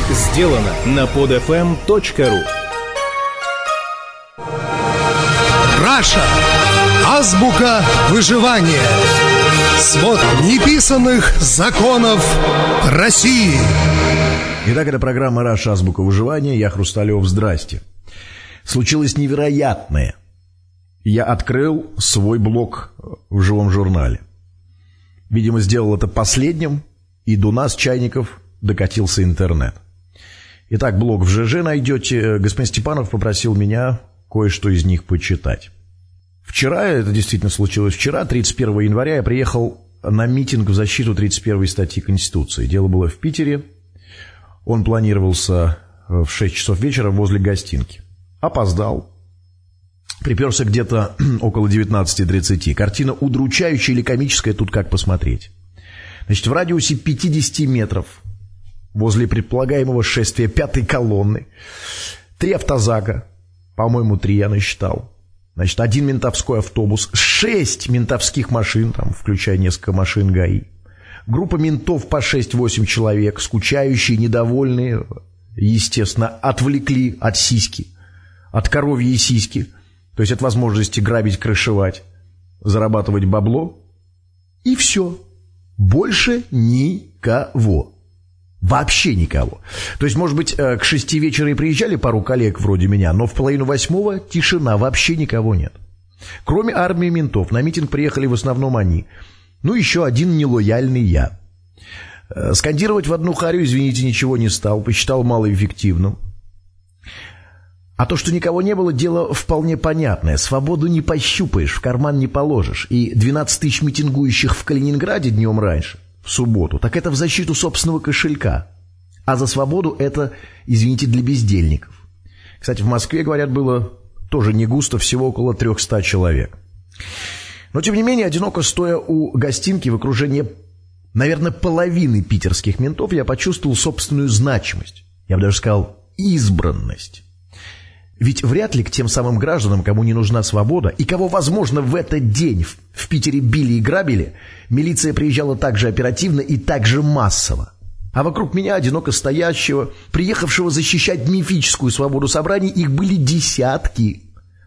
сделано на podfm.ru. Раша. Азбука выживания. Свод неписанных законов России. Итак, это программа «Раша. Азбука выживания». Я Хрусталев. Здрасте. Случилось невероятное. Я открыл свой блог в живом журнале. Видимо, сделал это последним, и до нас, чайников, докатился интернет. Итак, блог в ЖЖ найдете. Господин Степанов попросил меня кое-что из них почитать. Вчера, это действительно случилось вчера, 31 января, я приехал на митинг в защиту 31 статьи Конституции. Дело было в Питере. Он планировался в 6 часов вечера возле гостинки. Опоздал. Приперся где-то около 19:30. Картина удручающая или комическая, тут как посмотреть. Значит, в радиусе 50 метров возле предполагаемого шествия 5-й колонны 3 автозака, по-моему, 3 я насчитал. Значит, 1 ментовской автобус, 6 ментовских машин, там, включая несколько машин ГАИ. Группа ментов по 6-8 человек, скучающие, недовольные, естественно, отвлекли от сиськи, от коровьей сиськи. То есть от возможности грабить, крышевать, зарабатывать бабло. И все. Больше никого. Вообще никого. То есть, может быть, к 6 вечера и приезжали пару коллег вроде меня, но в 7:30 тишина, вообще никого нет. Кроме армии ментов, на митинг приехали в основном они. Ну, еще один нелояльный я. Скандировать в одну харю, извините, ничего не стал, посчитал малоэффективным. А то, что никого не было, дело вполне понятное. Свободу не пощупаешь, в карман не положишь. И 12 тысяч митингующих в Калининграде днем раньше, в субботу, так это в защиту собственного кошелька. А за свободу это, извините, для бездельников. Кстати, в Москве, говорят, было тоже не густо, всего около 300 человек. Но, тем не менее, одиноко стоя у гостинки в окружении, наверное, половины питерских ментов, я почувствовал собственную значимость. Я бы даже сказал, избранность. Ведь вряд ли к тем самым гражданам, кому не нужна свобода, и кого, возможно, в этот день в Питере били и грабили, милиция приезжала так же оперативно и так же массово. А вокруг меня, одиноко стоящего, приехавшего защищать мифическую свободу собраний, их были десятки.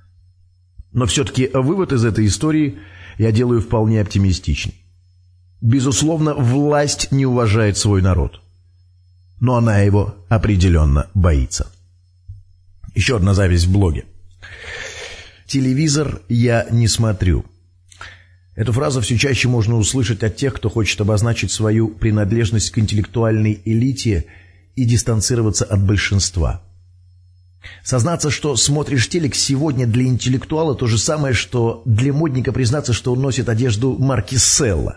Но все-таки вывод из этой истории я делаю вполне оптимистичный. Безусловно, власть не уважает свой народ. Но она его определенно боится. Еще одна зависть в блоге. Телевизор я не смотрю. Эту фразу все чаще можно услышать от тех, кто хочет обозначить свою принадлежность к интеллектуальной элите и дистанцироваться от большинства. Сознаться, что смотришь телек сегодня для интеллектуала, то же самое, что для модника признаться, что он носит одежду марки Селла.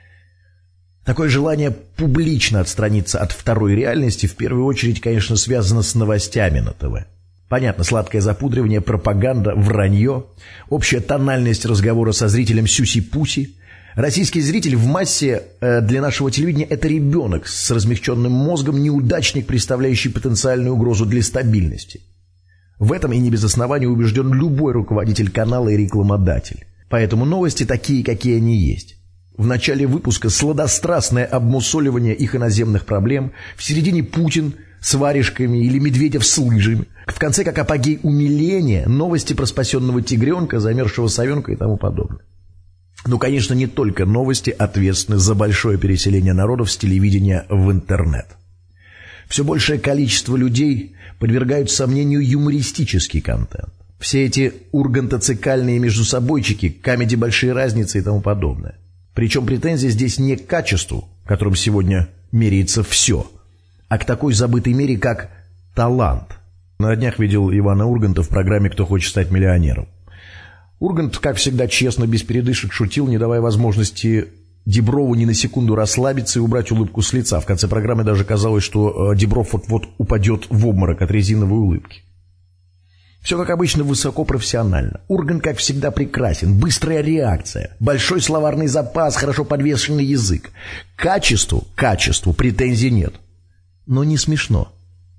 Такое желание публично отстраниться от второй реальности в первую очередь, конечно, связано с новостями на ТВ. Понятно, сладкое запудривание, пропаганда, вранье, общая тональность разговора со зрителем сюси-пуси. Российский зритель в массе для нашего телевидения – это ребенок с размягченным мозгом, неудачник, представляющий потенциальную угрозу для стабильности. В этом и не без основания убежден любой руководитель канала и рекламодатель. Поэтому новости такие, какие они есть. В начале выпуска сладострастное обмусоливание их иноземных проблем, в середине Путин с варежками или Медведев с лыжами. В конце, как апогей умиления, новости про спасенного тигренка, замерзшего совенка и тому подобное. Ну, конечно, не только новости ответственны за большое переселение народов с телевидения в интернет. Все большее количество людей подвергают сомнению юмористический контент. Все эти ургантоцикальные междусобойчики, камеди «Большие разницы» и тому подобное. Причем претензия здесь не к качеству, которым сегодня меряется все, а к такой забытой мере, как талант. На днях видел Ивана Урганта в программе «Кто хочет стать миллионером». Ургант, как всегда, честно, без передышек шутил, не давая возможности Диброву ни на секунду расслабиться и убрать улыбку с лица. В конце программы даже казалось, что Дибров вот-вот упадет в обморок от резиновой улыбки. Все, как обычно, высокопрофессионально. Ургант, как всегда, прекрасен. Быстрая реакция, большой словарный запас, хорошо подвешенный язык. К качеству претензий нет. Но не смешно.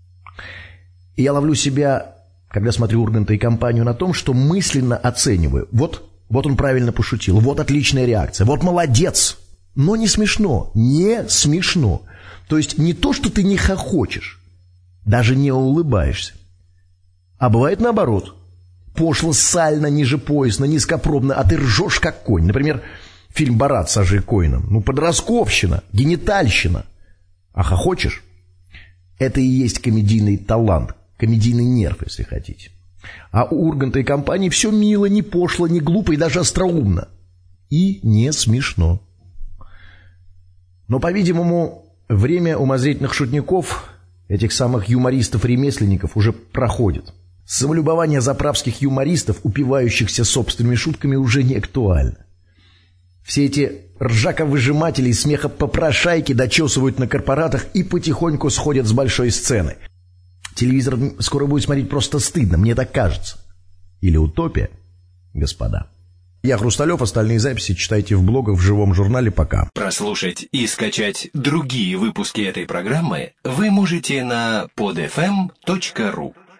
И я ловлю себя, когда смотрю Урганта и компанию, на том, что мысленно оцениваю. Вот он правильно пошутил, вот отличная реакция, вот молодец. Но не смешно, не смешно. То есть не то, что ты не хохочешь, Даже не улыбаешься. А бывает наоборот. Пошло, сально, ниже пояса, низкопробно, а ты ржешь как конь. Например, фильм «Борат» с Сашей Коэном. Подростковщина, генитальщина. А хохочешь? Это и есть комедийный талант, комедийный нерв, если хотите. А у Урганта и компании все мило, не пошло, не глупо и даже остроумно. И не смешно. Но, по-видимому, время умозрительных шутников, этих самых юмористов-ремесленников, уже проходит. Самолюбование заправских юмористов, упивающихся собственными шутками, уже не актуально. Все эти ржаковыжиматели и смехопопрошайки дочесывают на корпоратах и потихоньку сходят с большой сцены. Телевизор скоро будет смотреть просто стыдно, мне так кажется. Или утопия, господа. Я Хрусталев, остальные записи читайте в блогах в живом журнале. Пока. Прослушать и скачать другие выпуски этой программы вы можете на podfm.ru.